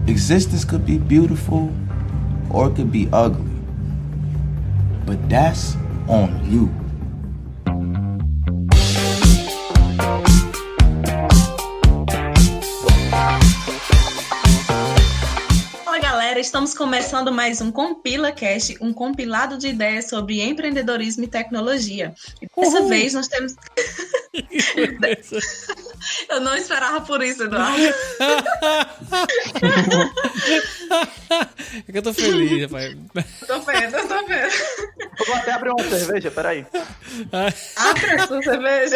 Existence could be beautiful or it could be ugly, but that's on you. Estamos começando mais um CompilaCast, um compilado de ideias sobre empreendedorismo e tecnologia. E dessa vez nós temos... Eu não esperava por isso, Eduardo. É que eu tô feliz, rapaz. Eu tô vendo. Eu vou até abrir uma cerveja, peraí. Abre a sua cerveja.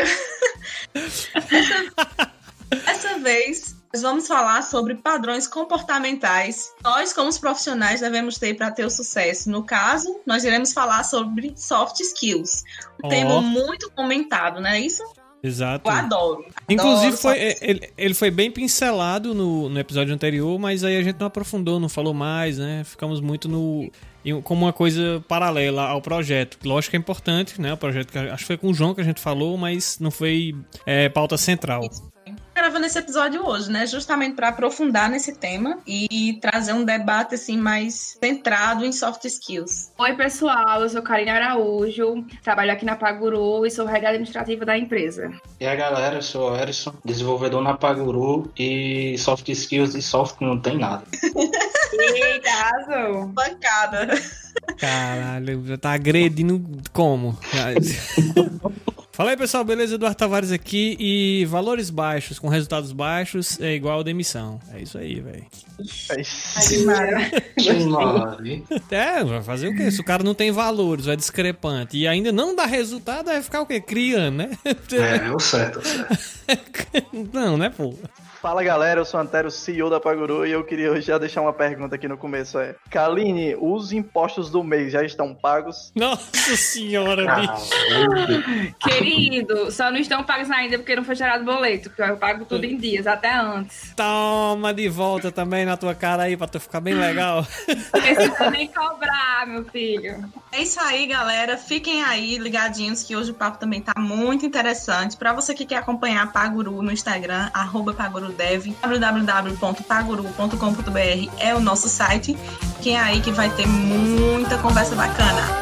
Essa vez... nós vamos falar sobre padrões comportamentais. Nós, como os profissionais, devemos ter para ter o sucesso. No caso, nós iremos falar sobre soft skills. Um tema muito comentado, não é isso? Exato. Eu adoro. Inclusive, ele foi bem pincelado no episódio anterior, mas aí a gente não aprofundou, não falou mais, né? Ficamos muito como uma coisa paralela ao projeto. Lógico que é importante, né? O projeto, acho que foi com o João que a gente falou, mas não foi pauta central. Isso. Gravando esse episódio hoje, né? Justamente para aprofundar nesse tema e trazer um debate assim mais centrado em soft skills. Oi, pessoal, eu sou Karine Araújo, trabalho aqui na Paguru e sou head administrativa da empresa. E aí, galera, eu sou o Erison, desenvolvedor na Paguru e soft skills e software não tem nada. Eita, arrasou. Bancada. Caralho, já tá agredindo como? Fala aí, pessoal, beleza? Eduardo Tavares aqui. E valores baixos com resultados baixos é igual a demissão. É isso aí, velho. Vai fazer o quê? Se o cara não tem valores, é discrepante e ainda não dá resultado, vai ficar o quê? Criando, né? É o certo. Não, né, pô? Fala, galera, eu sou o Antero, CEO da Paguru, e eu queria já deixar uma pergunta aqui no começo, Kaline, os impostos do mês já estão pagos? Nossa senhora, bicho! Querido, só não estão pagos ainda porque não foi gerado boleto, porque eu pago tudo em dias, até antes. Toma de volta também na tua cara aí, pra tu ficar bem legal. Precisa nem cobrar, meu filho. É isso aí, galera. Fiquem aí ligadinhos que hoje o papo também tá muito interessante. Pra você que quer acompanhar a Paguru no Instagram, @PaguruDev, www.paguru.com.br é o nosso site. Fiquem aí que vai ter muita conversa bacana.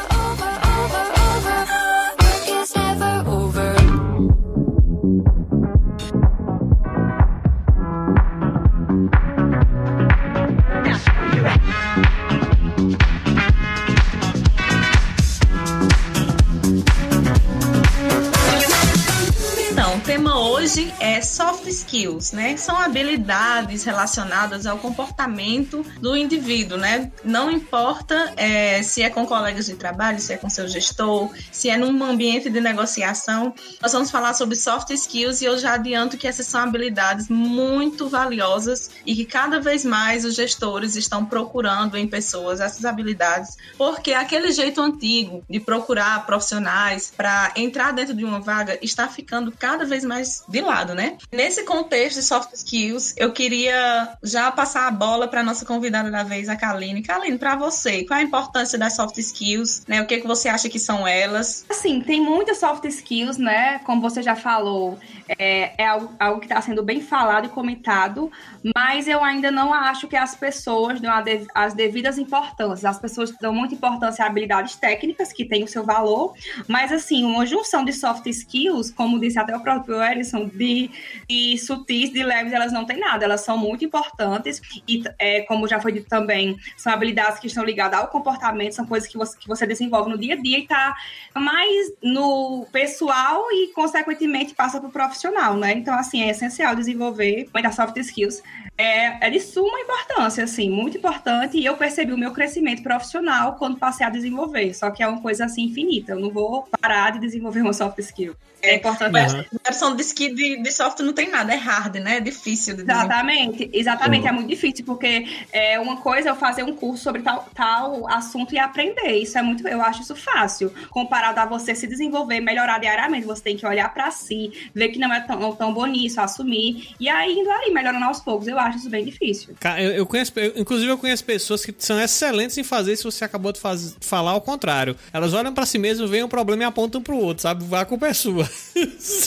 O tema hoje é soft skills, né? São habilidades relacionadas ao comportamento do indivíduo, né? Não importa se é com colegas de trabalho, se é com seu gestor, se é num ambiente de negociação. Nós vamos falar sobre soft skills e eu já adianto que essas são habilidades muito valiosas e que cada vez mais os gestores estão procurando em pessoas essas habilidades, porque aquele jeito antigo de procurar profissionais para entrar dentro de uma vaga está ficando cada vez mais de lado, né? Nesse contexto de soft skills, eu queria já passar a bola para nossa convidada da vez, a Kaline. Kaline, para você, qual a importância das soft skills, né? O que você acha que são elas? Assim, tem muitas soft skills, né? Como você já falou, é algo que está sendo bem falado e comentado, mas eu ainda não acho que as pessoas dão as devidas importâncias. As pessoas dão muita importância a habilidades técnicas, que têm o seu valor, mas assim, uma junção de soft skills, como disse até o próprio Erison, de sutis, de leves, elas não têm nada, elas são muito importantes e, como já foi dito também, são habilidades que estão ligadas ao comportamento, são coisas que você desenvolve no dia a dia e tá mais no pessoal e, consequentemente, passa pro profissional, né? Então, assim, é essencial desenvolver muitas soft skills. É de suma importância, assim, muito importante, e eu percebi o meu crescimento profissional quando passei a desenvolver, só que é uma coisa, assim, infinita, eu não vou parar de desenvolver uma soft skill. É importante. Mas a versão diz que de software não tem nada, é hard, né? É difícil de desenvolver. Exatamente, é muito difícil, porque uma coisa é eu fazer um curso sobre tal assunto e aprender, eu acho isso fácil, comparado a você se desenvolver, melhorar diariamente, você tem que olhar pra si, ver que não é tão bom nisso, assumir, e aí indo ali, melhorando aos poucos, eu acho isso bem difícil. Inclusive eu conheço pessoas que são excelentes em fazer isso, você acabou de falar ao contrário. Elas olham pra si mesmas, veem um problema e apontam pro outro, sabe? A culpa é sua.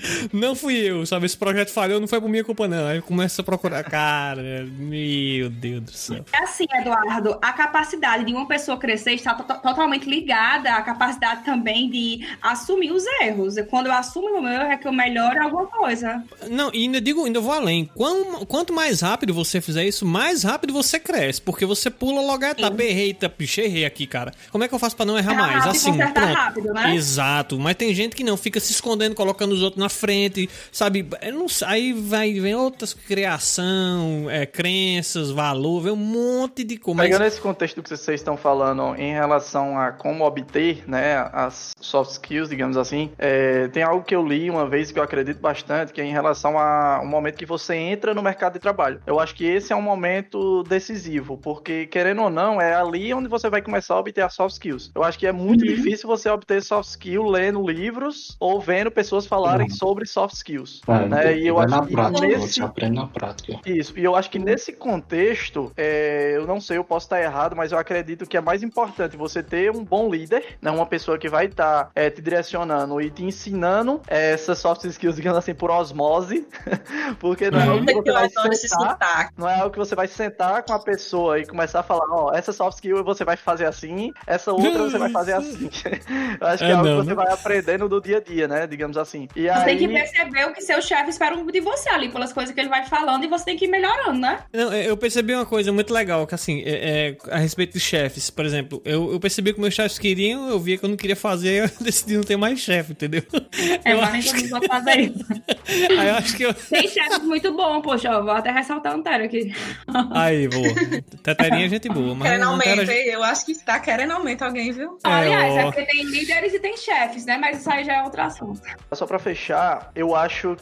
Não fui eu, sabe? Esse projeto falhou, não foi por minha culpa, não. Aí começa a procurar. Cara, meu Deus do céu. É assim, Eduardo, a capacidade de uma pessoa crescer está totalmente ligada à capacidade também de assumir os erros. Quando eu assumo o meu erro, é que eu melhoro alguma coisa. Não, e ainda vou além. Quanto mais rápido você fizer isso, mais rápido você cresce. Porque você pula logo a etapa. Errei aqui, cara. Como é que eu faço pra não errar mais? Assim, pronto. Rápido, né? Exato. Mas tem gente que não, fica se escondendo, colocando os outros na frente, sabe? Aí vem outras criação, crenças, valor, vem um monte de coisa. Pegando esse contexto que vocês estão falando em relação a como obter, né, as soft skills, digamos assim, tem algo que eu li uma vez que eu acredito bastante, que é em relação a um momento que você entra no mercado de trabalho. Eu acho que esse é um momento decisivo, porque, querendo ou não, é ali onde você vai começar a obter as soft skills. Eu acho que é muito difícil você obter soft skill lendo livros ou vendo pessoas falarem sobre soft skills. Né? E eu acho que você aprende na prática. Isso, e eu acho que nesse contexto, eu não sei, eu posso estar errado, mas eu acredito que é mais importante você ter um bom líder, né? Uma pessoa que vai estar te direcionando e te ensinando essas soft skills, digamos assim, por osmose, porque não é algo que você vai sentar, não é algo que você vai sentar com a pessoa e começar a falar, ó, essa soft skill você vai fazer assim, essa outra você vai fazer assim. Eu acho que é algo que você vai aprendendo do dia a dia, né? Digamos assim. E você tem que perceber o que seu chefe espera de você ali, pelas coisas que ele vai falando, e você tem que ir melhorando, né? Não, eu percebi uma coisa muito legal, que assim, a respeito de chefes, por exemplo, eu percebi que meus chefes queriam, eu via que eu não queria fazer, eu decidi não ter mais chefe, entendeu? Mas eu não vou fazer isso. Aí eu acho que eu... Tem chefes muito bons, poxa, eu vou até ressaltar um Tério aqui. Aí, boa. Teterinha é gente boa, mas... Querendo aumento, eu acho que tá querendo aumento alguém, viu? Aliás, porque tem líderes e tem chefes, né? Mas isso aí já é outro assunto. Só pra fechar, eu acho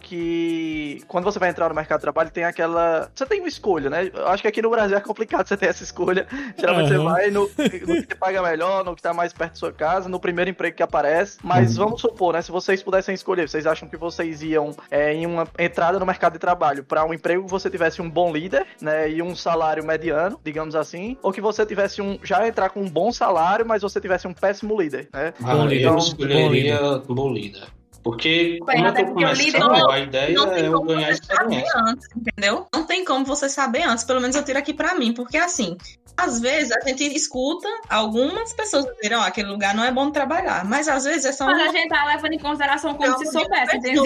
que quando você vai entrar no mercado de trabalho, tem aquela... Você tem uma escolha, né? Eu acho que aqui no Brasil é complicado você ter essa escolha. Geralmente você vai no que te paga melhor, no que tá mais perto da sua casa, no primeiro emprego que aparece. Mas vamos supor, né? Se vocês pudessem escolher, vocês acham que vocês iam em uma entrada no mercado de trabalho para um emprego que você tivesse um bom líder, né? E um salário mediano, digamos assim, ou que você tivesse já entrar com um bom salário, mas você tivesse um péssimo líder, né? Eu escolheria bom líder. Porque como eu tô começando, a ideia é eu ganhar experiência. Antes, entendeu? Não tem como você saber antes, pelo menos eu tiro aqui pra mim, porque assim, às vezes a gente escuta algumas pessoas dizerem, aquele lugar não é bom de trabalhar, mas às vezes é só mas a gente tá levando em consideração como se soubesse, entendeu?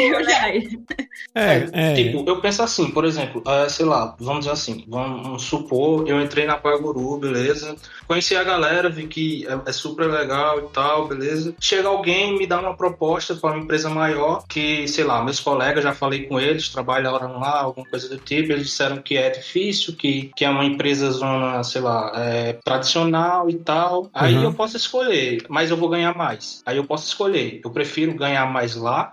Tipo, eu penso assim, por exemplo, sei lá, vamos dizer assim, vamos supor, eu entrei na Paguru, beleza? Conheci a galera, vi que é super legal e tal, beleza? Chega alguém, me dá uma proposta para uma empresa maior, que, sei lá, meus colegas, já falei com eles, trabalharam lá, alguma coisa do tipo, eles disseram que é difícil, que é uma empresa zona, sei lá, tradicional e tal. Aí eu posso escolher, mas eu vou ganhar mais. Aí eu posso escolher, eu prefiro ganhar mais lá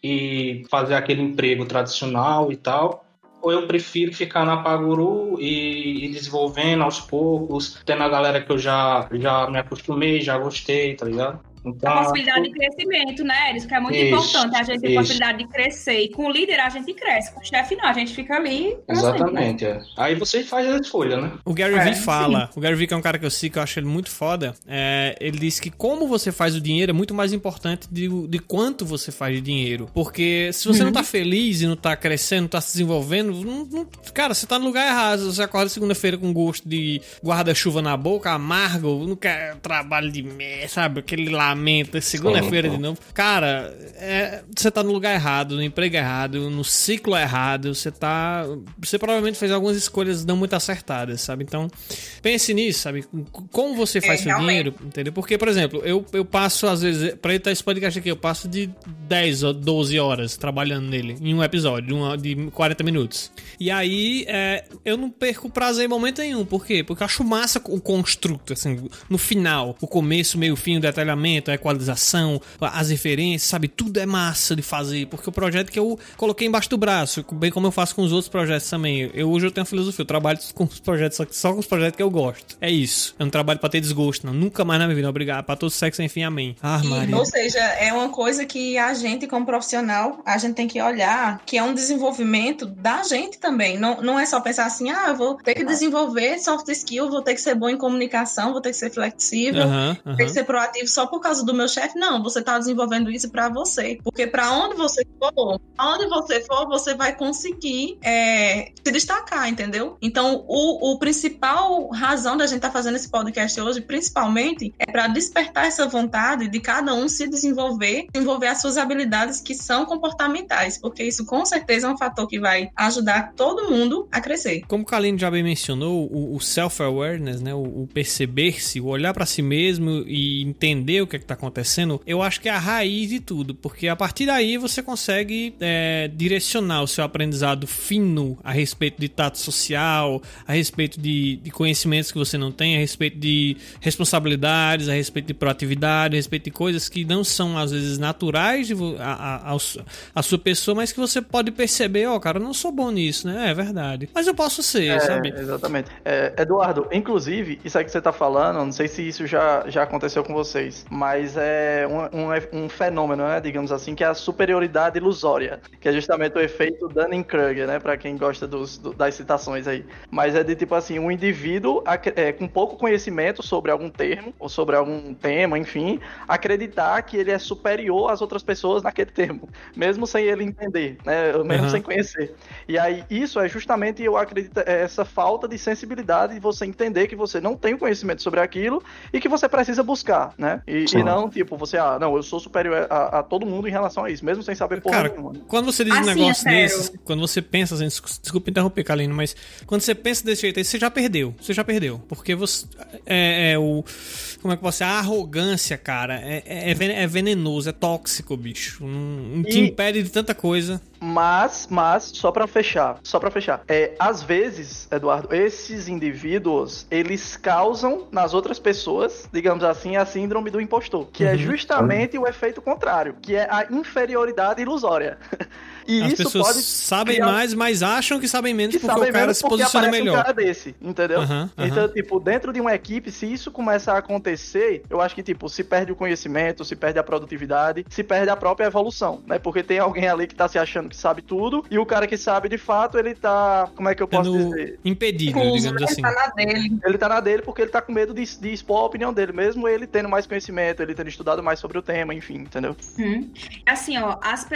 e fazer aquele emprego tradicional e tal, ou eu prefiro ficar na Paguru e ir desenvolvendo aos poucos, tendo a galera que eu já me acostumei, já gostei, tá ligado? Então, a possibilidade de crescimento, né, Eris? Que é muito importante. A gente tem possibilidade de crescer. E com o líder a gente cresce. Com o chefe não, a gente fica ali. Exatamente, Aí você faz a escolha, né? O Gary Vee fala, o Gary Vee, que é um cara que eu sigo, que eu acho ele muito foda, ele diz que como você faz o dinheiro é muito mais importante de quanto você faz de dinheiro. Porque se você não tá feliz e não tá crescendo, não tá se desenvolvendo, cara, você tá no lugar errado. Você acorda segunda-feira com gosto de guarda-chuva na boca, amargo, não quer trabalho de merda, sabe? Aquele lamento, segunda-feira de novo. Cara, você tá no lugar errado, no emprego errado, no ciclo errado, você provavelmente fez algumas escolhas não muito acertadas, sabe? Então, pense nisso, sabe? Como você faz seu dinheiro, entendeu? Porque, por exemplo, eu passo, às vezes, pra editar esse podcast aqui, eu passo de 10 ou 12 horas trabalhando nele, em um episódio, de 40 minutos. E aí, eu não perco prazer em momento nenhum. Por quê? Porque eu acho massa o construto, assim, no final, o começo, meio, fim, o detalhamento, a equalização, as referências, sabe? Tudo é massa de fazer, porque o projeto que eu coloquei embaixo do braço, bem como eu faço com os outros projetos também. Hoje eu tenho uma filosofia, eu trabalho com os projetos, só com os projetos que eu gosto. É isso. Eu não trabalho pra ter desgosto, não. Nunca mais na minha vida. Obrigado. Pra todo sexo, enfim, amém. Maria. Ou seja, é uma coisa que a gente, como profissional, a gente tem que olhar, que é um desenvolvimento da gente também. Não é só pensar assim, eu vou ter que desenvolver soft skill, vou ter que ser bom em comunicação, vou ter que ser flexível, vou ter que ser proativo só por causa causa do meu chefe, não, você tá desenvolvendo isso para você, porque para onde você for, você vai conseguir se destacar, entendeu? Então, o principal razão da gente estar fazendo esse podcast hoje, principalmente, é para despertar essa vontade de cada um se desenvolver as suas habilidades que são comportamentais, porque isso com certeza é um fator que vai ajudar todo mundo a crescer. Como o Kaline já bem mencionou, o self-awareness, né, o perceber-se, o olhar para si mesmo e entender o que está acontecendo, eu acho que é a raiz de tudo, porque a partir daí você consegue direcionar o seu aprendizado fino a respeito de tato social, a respeito de conhecimentos que você não tem, a respeito de responsabilidades, a respeito de proatividade, a respeito de coisas que não são às vezes naturais a sua pessoa, mas que você pode perceber, cara, eu não sou bom nisso, né? É verdade. Mas eu posso ser, sabe? Exatamente. Eduardo, inclusive, isso aí que você tá falando, não sei se isso já aconteceu com vocês, mas é um fenômeno, né, digamos assim, que é a superioridade ilusória, que é justamente o efeito Dunning-Kruger, né, pra quem gosta das citações aí. Mas é de tipo assim, um indivíduo com pouco conhecimento sobre algum termo, ou sobre algum tema, enfim, acreditar que ele é superior às outras pessoas naquele termo, mesmo sem ele entender, né, mesmo sem conhecer. E aí, isso é justamente, eu acredito, essa falta de sensibilidade de você entender que você não tem o conhecimento sobre aquilo e que você precisa buscar, né? E não, tipo, você, não, eu sou superior a todo mundo em relação a isso, mesmo sem saber porra nenhuma. Quando você diz um negócio desses, quando você pensa assim, desculpa interromper, Kaline, mas quando você pensa desse jeito aí, você já perdeu, porque você, como é que você, a arrogância, cara, é venenoso, é tóxico, bicho, não te impede de tanta coisa. Mas, só pra fechar, às vezes, Eduardo, esses indivíduos, eles causam nas outras pessoas, digamos assim, a síndrome do impostor, que é justamente o efeito contrário, que é a inferioridade ilusória. E as isso pessoas pode sabem mais, mas acham que sabem menos porque o cara se posiciona melhor. Um cara desse, entendeu? Então, tipo, dentro de uma equipe, se isso começa a acontecer, eu acho que, tipo, se perde o conhecimento, se perde a produtividade, se perde a própria evolução, né? Porque tem alguém ali que tá se achando que sabe tudo, e o cara que sabe de fato, ele tá, como é que eu posso dizer? Impedido, digamos assim. Ele tá na dele porque ele tá com medo de expor a opinião dele, mesmo ele tendo mais conhecimento, ele tendo estudado mais sobre o tema, enfim, entendeu? Assim, as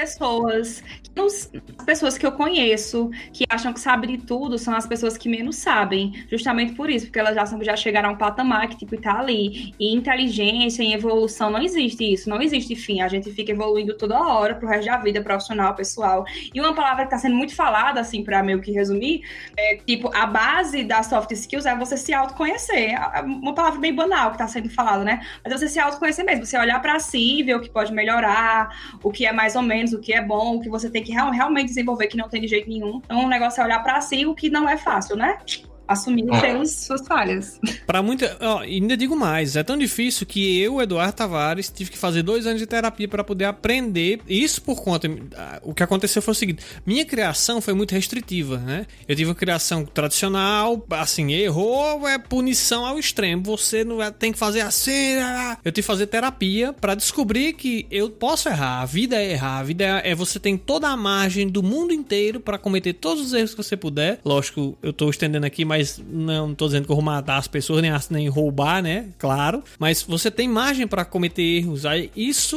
pessoas que eu conheço, que acham que sabem de tudo, são as pessoas que menos sabem, justamente por isso, porque elas já chegaram a um patamar que, tipo, tá ali. E inteligência, em evolução, não existe isso, não existe fim, a gente fica evoluindo toda hora pro resto da vida, profissional, pessoal. E uma palavra que tá sendo muito falada, assim, pra meio que resumir, tipo, a base das soft skills é você se autoconhecer. Uma palavra bem banal que tá sendo falada, né? Mas você se autoconhecer mesmo, você olhar pra si, ver o que pode melhorar, o que é mais ou menos, o que é bom, o que você tem que realmente desenvolver, que não tem de jeito nenhum. Então, o negócio é olhar pra si, o que não é fácil, né? Assumir suas falhas. Pra muita... ainda digo mais, é tão difícil que eu, Eduardo Tavares, tive que fazer 2 anos de terapia para poder aprender. Isso por conta... O que aconteceu foi o seguinte, minha criação foi muito restritiva, né? Eu tive uma criação tradicional, assim, errou, é punição ao extremo, você não tem que fazer assim... Eu tive que fazer terapia para descobrir que eu posso errar, a vida é errar, a vida é você tem toda a margem do mundo inteiro para cometer todos os erros que você puder. Lógico, eu tô estendendo aqui, mas não tô dizendo que eu vou matar as pessoas, nem roubar, né? Claro. Mas você tem margem pra cometer erros. Aí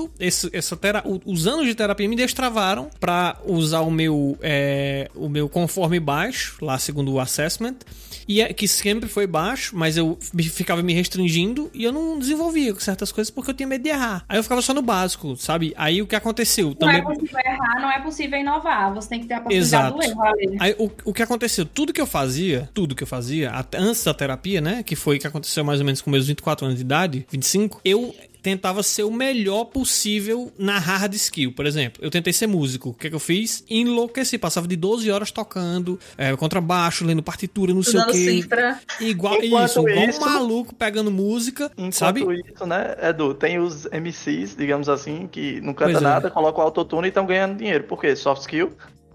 os anos de terapia me destravaram pra usar o meu conforme baixo, lá segundo o assessment, que sempre foi baixo, mas eu ficava me restringindo e eu não desenvolvia certas coisas porque eu tinha medo de errar. Aí eu ficava só no básico, sabe? Aí o que aconteceu? Não é possível errar, não é possível inovar. Você tem que ter a possibilidade do erro ali. Aí o que aconteceu? Tudo que eu fazia, antes da terapia, né? Que foi o que aconteceu mais ou menos com meus 24 anos de idade, 25, eu tentava ser o melhor possível na hard skill. Por exemplo, eu tentei ser músico. O que é que eu fiz? Enlouqueci. Passava de 12 horas tocando, contrabaixo, lendo partitura, não sei o quê. Igual um maluco pegando música, sabe? Enquanto isso, né, Edu, tem os MCs, digamos assim, que não canta nada, colocam o autotune e estão ganhando dinheiro. Por quê? Soft skill?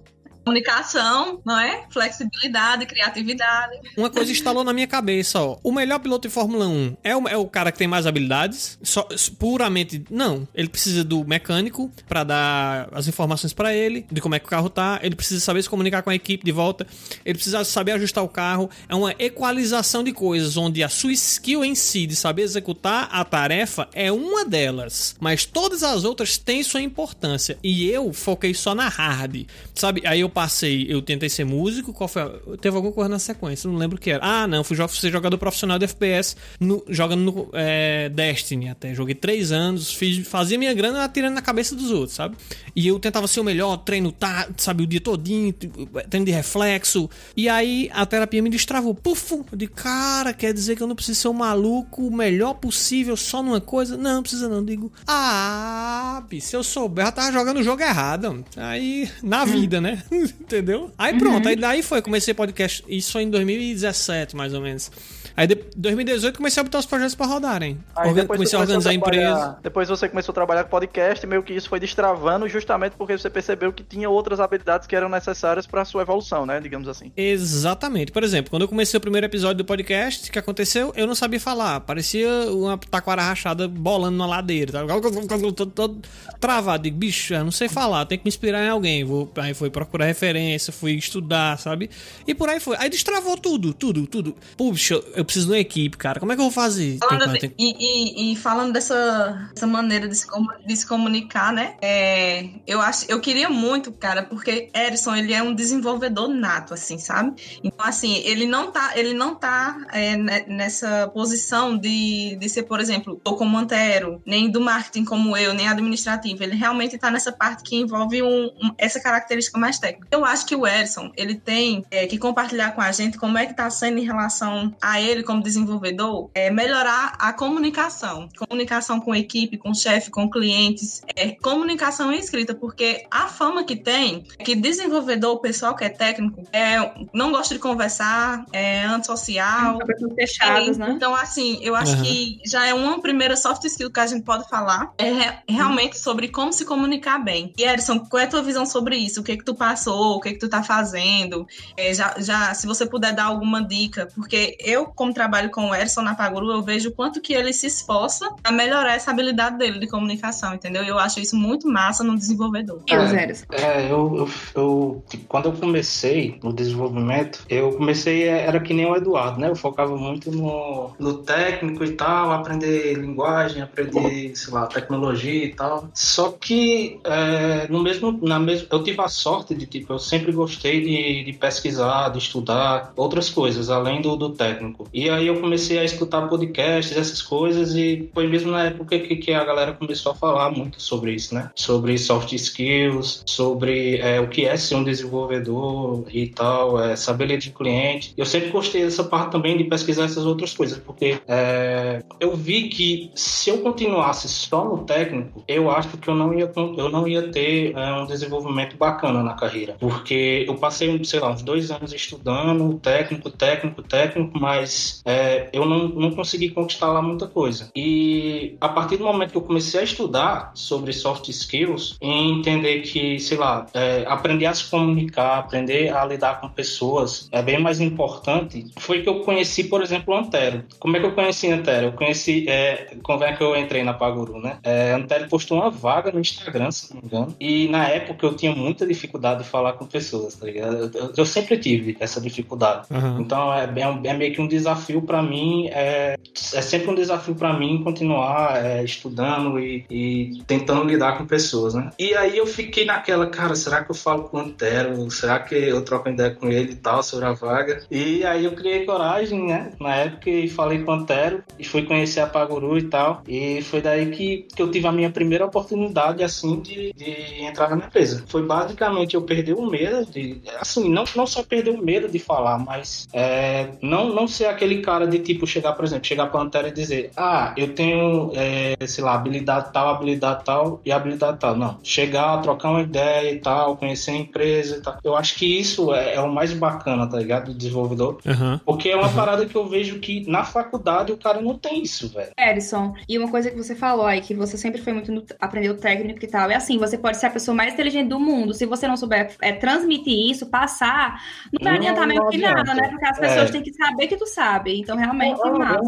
Comunicação, não é? Flexibilidade, criatividade. Uma coisa instalou na minha cabeça, ó. O melhor piloto de Fórmula 1 é o cara que tem mais habilidades? Puramente, não. Ele precisa do mecânico pra dar as informações pra ele, de como é que o carro tá. Ele precisa saber se comunicar com a equipe de volta. Ele precisa saber ajustar o carro. É uma equalização de coisas, onde a sua skill em si, de saber executar a tarefa, é uma delas. Mas todas as outras têm sua importância. E eu foquei só na hard, sabe? Aí eu tentei ser músico. Qual foi? Teve alguma coisa na sequência, não lembro o que era. Ah, não, fui ser jogador profissional de FPS, jogando no Destiny até. Joguei 3 anos, fazia minha grana atirando na cabeça dos outros, sabe? E eu tentava ser o melhor, treino, sabe, o dia todinho, treino de reflexo. E aí a terapia me destravou. Puf! De cara, quer dizer que eu não preciso ser um maluco, o melhor possível só numa coisa? Não precisa não. Digo, se eu souber, eu já tava jogando o jogo errado. Aí, na vida, né? Entendeu? Aí pronto, aí daí comecei podcast, isso foi em 2017, mais ou menos. Aí, em 2018, comecei a botar os projetos pra rodarem. Comecei a organizar a empresa. Depois você começou a trabalhar com podcast e meio que isso foi destravando justamente porque você percebeu que tinha outras habilidades que eram necessárias pra sua evolução, né? Digamos assim. Exatamente. Por exemplo, quando eu comecei o primeiro episódio do podcast, o que aconteceu? Eu não sabia falar. Parecia uma taquara rachada bolando na ladeira. Tá? Todo travado. Digo, bicho, eu não sei falar. Tenho que me inspirar em alguém. Aí fui procurar referência, fui estudar, sabe? E por aí foi. Aí destravou tudo. Puxa, eu preciso de uma equipe, cara. Como é que eu vou fazer? Falando dessa maneira de se comunicar, né? Eu queria muito, cara, porque Erison, ele é um desenvolvedor nato, assim, sabe? Então, assim, ele não tá nessa posição de ser, por exemplo, ou como Antero, nem do marketing como eu, nem administrativo. Ele realmente tá nessa parte que envolve essa característica mais técnica. Eu acho que o Erison, ele tem que compartilhar com a gente como é que tá sendo em relação a ele como desenvolvedor, melhorar a comunicação com a equipe, com o chefe, com clientes, comunicação escrita, porque a fama que tem é que desenvolvedor, o pessoal que é técnico, não gosta de conversar, é antissocial, fechados, né? Então, assim, eu acho que já é uma primeira soft skill que a gente pode falar, realmente sobre como se comunicar bem. E, Erison, qual é a tua visão sobre isso? O que tu passou? O que tu tá fazendo? Se você puder dar alguma dica, porque eu, como trabalho com o Erison na Paguru, eu vejo o quanto que ele se esforça a melhorar essa habilidade dele de comunicação, entendeu? Eu acho isso muito massa no desenvolvedor. Quando eu comecei no desenvolvimento, era que nem o Eduardo, né? Eu focava muito no técnico e tal, aprender linguagem, aprender, sei lá, tecnologia e tal. Só que eu tive a sorte de, eu sempre gostei de pesquisar, de estudar outras coisas, além do técnico. E aí eu comecei a escutar podcasts, essas coisas, e foi mesmo na época que a galera começou a falar muito sobre isso, né? Sobre soft skills, sobre o que é ser um desenvolvedor e tal, saber ler de cliente. Eu sempre gostei dessa parte também de pesquisar essas outras coisas, porque eu vi que se eu continuasse só no técnico, eu acho que eu não ia ter um desenvolvimento bacana na carreira, porque eu passei, sei lá, uns 2 anos estudando técnico, mas eu não consegui conquistar lá muita coisa. E a partir do momento que eu comecei a estudar sobre soft skills e entender que, sei lá, aprender a se comunicar, aprender a lidar com pessoas é bem mais importante, foi que eu conheci, por exemplo, o Antero. Como é que eu conheci o Antero? Eu conheci, como é que eu entrei na Paguru, né? Antero postou uma vaga no Instagram, se não me engano, e na época eu tinha muita dificuldade de falar com pessoas, tá ligado? Eu sempre tive essa dificuldade. Então é meio que um desafio pra mim, é sempre um desafio pra mim continuar estudando e tentando lidar com pessoas, né? E aí eu fiquei naquela, cara, será que eu falo com o Antero? Será que eu troco ideia com ele e tal, sobre a vaga? E aí eu criei coragem, né? Na época, e falei com o Antero e fui conhecer a Paguru e tal. E foi daí que eu tive a minha primeira oportunidade, assim, de entrar na minha empresa. Foi basicamente eu perder o medo de, assim, não só perder o medo de falar, mas não ser aquele cara de, tipo, chegar para o Antero e dizer, eu tenho, sei lá, habilidade tal e habilidade tal. Não, chegar, trocar uma ideia e tal, conhecer a empresa e tal. Eu acho que isso é o mais bacana, tá ligado? Do desenvolvedor. Porque é uma parada que eu vejo que na faculdade o cara não tem isso, velho. Erison, e uma coisa que você falou aí, que você sempre foi muito aprender o técnico e tal, é assim, você pode ser a pessoa mais inteligente do mundo, se você não souber transmitir isso, passar, não vai adiantar meio que nada, né? Porque as pessoas têm que saber que tu sabe. Então, realmente, massa.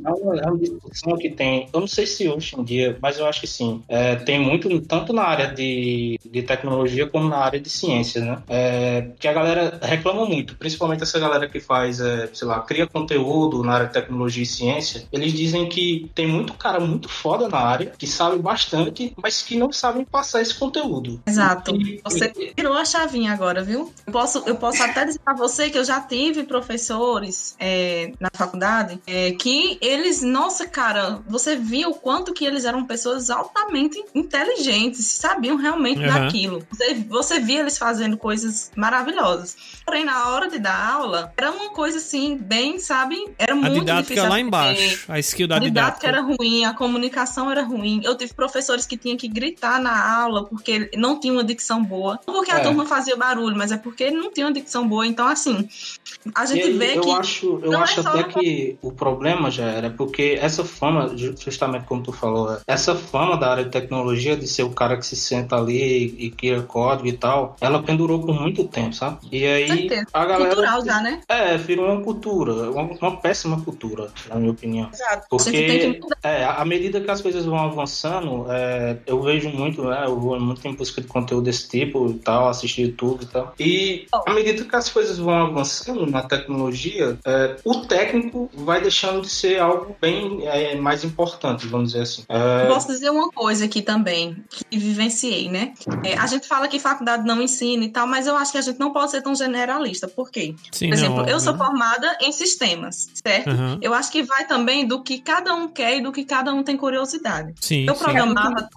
É uma discussão que tem, eu não sei se hoje em dia, mas eu acho que sim. Tem muito, tanto na área de tecnologia como na área de ciência, né? Que a galera reclama muito, principalmente essa galera que faz, cria conteúdo na área de tecnologia e ciência. Eles dizem que tem muito cara muito foda na área, que sabe bastante, mas que não sabem passar esse conteúdo. Exato. Você tirou a chavinha agora, viu? Eu posso até dizer pra você que eu já tive professores na faculdade que eles, nossa, cara, você via o quanto que eles eram pessoas altamente inteligentes, sabiam realmente daquilo. Você via eles fazendo coisas maravilhosas. Porém, na hora de dar aula, era uma coisa assim, bem, sabe? Era muito difícil. A didática lá embaixo, a skill da didática era ruim, a comunicação era ruim. Eu tive professores que tinham que gritar na aula porque não tinha uma dicção boa. Não porque a turma fazia barulho, mas é porque não tinha uma dicção boa. Então, assim, a gente vê que... Eu acho até que o problema já era porque essa fama, justamente como tu falou, essa fama da área de tecnologia, de ser o cara que se senta ali e cria código e tal, ela pendurou por muito tempo, sabe? E aí a galera... Cultural já, né? Virou uma cultura, uma péssima cultura, na minha opinião. Exato. Porque à medida que as coisas vão avançando, eu vejo muito, né? Eu vou muito em busca de conteúdo desse tipo e tal, assistir YouTube e tal. E à medida que as coisas vão avançando na tecnologia, o técnico vai deixando de ser algo bem mais importante, vamos dizer assim. Posso dizer uma coisa aqui também, que vivenciei, né? A gente fala que faculdade não ensina e tal, mas eu acho que a gente não pode ser tão generalista. Por quê? Sim, por exemplo, eu sou formada em sistemas, certo? Eu acho que vai também do que cada um quer e do que cada um tem curiosidade. Sim, eu programava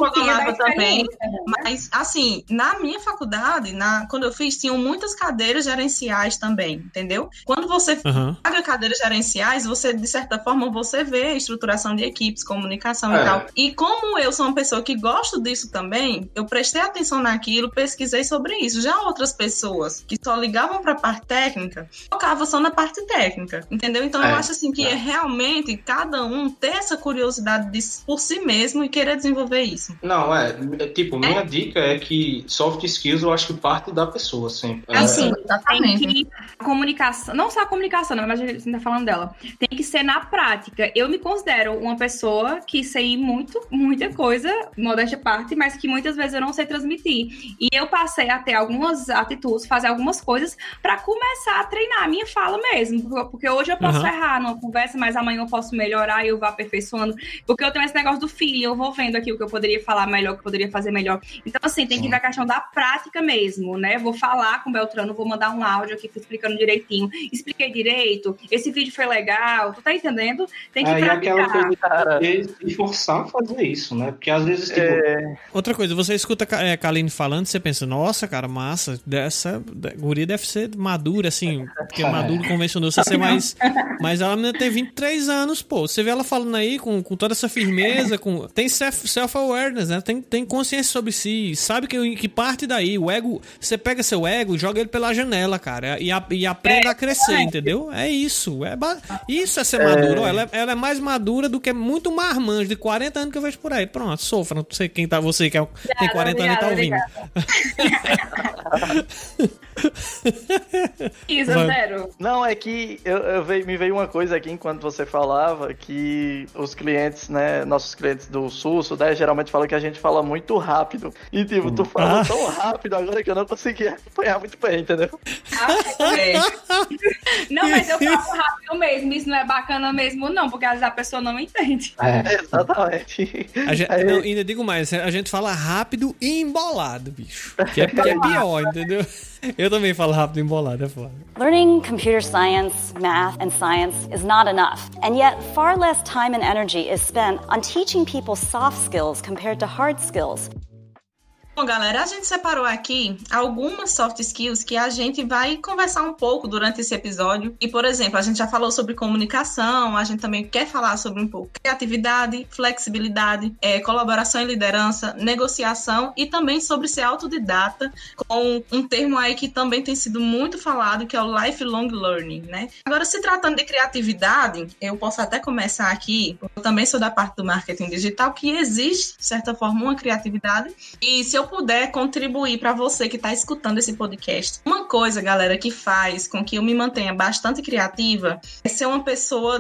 também, mas assim, na minha faculdade, quando eu fiz, tinham muitas cadeiras gerenciais também, entendeu? Quando você paga cadeiras gerenciais, você, de certa forma, você vê a estruturação de equipes, comunicação e tal. E como eu sou uma pessoa que gosto disso também, eu prestei atenção naquilo, pesquisei sobre isso. Já outras pessoas que só ligavam para a parte técnica, focavam só na parte técnica, entendeu? Então eu acho assim que realmente cada um ter essa curiosidade por si mesmo e querer desenvolver isso. Não, minha dica é que soft skills eu acho que parte da pessoa sempre. Assim, tem que comunicação, não só a comunicação, mas a gente tá falando dela, tem que ser na prática. Eu me considero uma pessoa que sei muita coisa, modéstia à parte, mas que muitas vezes eu não sei transmitir. E eu passei a ter algumas atitudes, fazer algumas coisas pra começar a treinar a minha fala mesmo, porque hoje eu posso errar numa conversa, mas amanhã eu posso melhorar e eu vou aperfeiçoando, porque eu tenho esse negócio do feeling, eu vou vendo aqui o que eu poderia falar melhor, o que eu poderia fazer melhor. Então, assim, tem que ver a questão da prática mesmo, né? Vou falar com o Beltrano, vou mandar um áudio aqui explicando direitinho. Expliquei direito, esse vídeo foi legal, tu tá entendendo? Tem que praticar. Aquela coisa de forçar a fazer isso, né? Porque às vezes, Outra coisa, você escuta a Kaline falando, você pensa, nossa, cara, massa, essa guria deve ser madura, assim, porque maduro convencionou você ser mais... Mas ela ainda tem 23 anos, pô. Você vê ela falando aí com toda essa firmeza, tem self-awareness, né? Tem consciência sobre si, sabe que parte daí, o ego, você pega seu ego, joga ele pela janela, cara, e aprende a crescer, entendeu? É isso. Isso é ser maduro. Ó, ela é mais madura do que muito marmanjo de 40 anos que eu vejo por aí. Pronto, sofra. Não sei quem tá, você que tem 40 anos e tá ouvindo. Isso, Zero. Não, é que me veio uma coisa aqui enquanto você falava, que os clientes, né, nossos clientes do Sul, Sudeste, geralmente falam que a gente fala muito rápido. E tipo, tu fala tão rápido agora que eu não consegui acompanhar muito bem, entendeu? Não, mas eu falo rápido mesmo, isso não é bacana mesmo não, porque às vezes a pessoa não entende. Exatamente. Eu ainda digo mais, a gente fala rápido e embolado, bicho. Que é pior, entendeu? Eu também falo rápido e embolado, é foda. Learning computer science, math, and science is not enough. And yet, far less time and energy is spent on teaching people soft skills compared to hard skills. Bom, galera, a gente separou aqui algumas soft skills que a gente vai conversar um pouco durante esse episódio. E, por exemplo, a gente já falou sobre comunicação, a gente também quer falar sobre um pouco criatividade, flexibilidade, colaboração e liderança, negociação e também sobre ser autodidata, com um termo aí que também tem sido muito falado, que é o lifelong learning, né? Agora, se tratando de criatividade, eu posso até começar aqui, eu também sou da parte do marketing digital, que existe, de certa forma, uma criatividade. E se eu eu puder contribuir para você que está escutando esse podcast, uma coisa, galera, que faz com que eu me mantenha bastante criativa é ser uma pessoa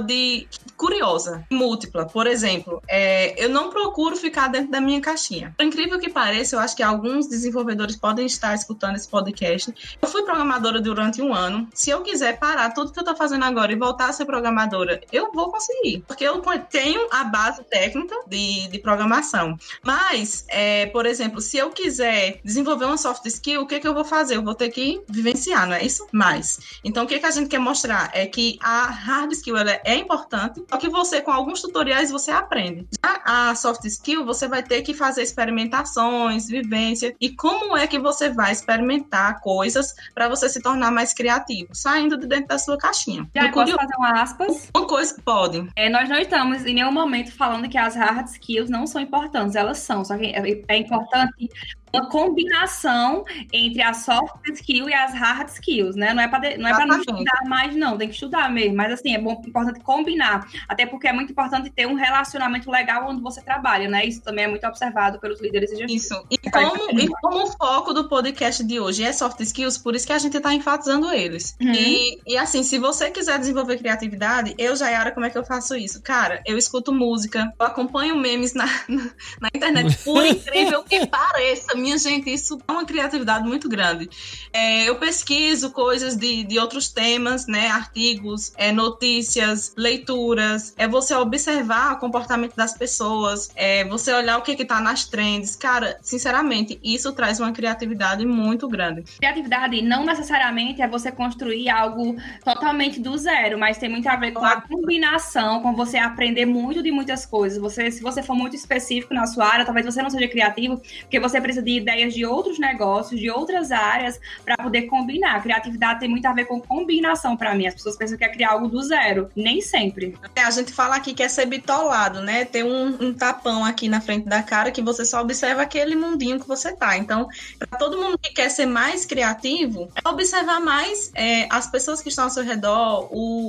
curiosa, múltipla. Por exemplo, eu não procuro ficar dentro da minha caixinha. Por incrível que pareça, eu acho que alguns desenvolvedores podem estar escutando esse podcast. Eu fui programadora durante 1 ano. Se eu quiser parar tudo que eu tô fazendo agora e voltar a ser programadora, eu vou conseguir. Porque eu tenho a base técnica de programação. Mas, por exemplo, se eu quiser desenvolver uma soft skill, o que eu vou fazer? Eu vou ter que vivenciar, não é isso? Então, o que a gente quer mostrar é que a hard skill ela é importante, só que você, com alguns tutoriais, você aprende. Já a soft skill, você vai ter que fazer experimentações, vivência. E como é que você vai experimentar coisas para você se tornar mais criativo? Saindo de dentro da sua caixinha. Já posso fazer uma aspas? Uma coisa, pode. Nós não estamos em nenhum momento falando que as hard skills não são importantes, elas são, só que é importante uma combinação entre a soft skill e as hard skills, né? Não é para não estudar mais, não, tem que estudar mesmo, mas assim, importante combinar, até porque é muito importante ter um relacionamento legal onde você trabalha, né? Isso também é muito observado pelos líderes e gestores. Isso, e como o foco do podcast de hoje é soft skills, por isso que a gente está enfatizando eles. E assim, se você quiser desenvolver criatividade, Jaiara, como é que eu faço isso? Cara, eu escuto música, eu acompanho memes na internet, por incrível que pareça, minha gente, isso é uma criatividade muito grande. Eu pesquiso coisas de outros temas, né? Artigos, notícias, leituras. Você observar o comportamento das pessoas, você olhar o que tá nas trends. Cara, sinceramente, isso traz uma criatividade muito grande. Criatividade não necessariamente é você construir algo totalmente do zero, mas tem muito a ver com a combinação, com você aprender muito de muitas coisas. Se você for muito específico na sua área, talvez você não seja criativo, porque você precisa de ideias de outros negócios, de outras áreas, para poder combinar. A criatividade tem muito a ver com combinação para mim. As pessoas pensam que é criar algo do zero. Nem sempre. A gente fala aqui que é ser bitolado, né? Ter um tapão aqui na frente da cara que você só observa aquele mundinho que você tá. Então, para todo mundo que quer ser mais criativo, é observar mais as pessoas que estão ao seu redor,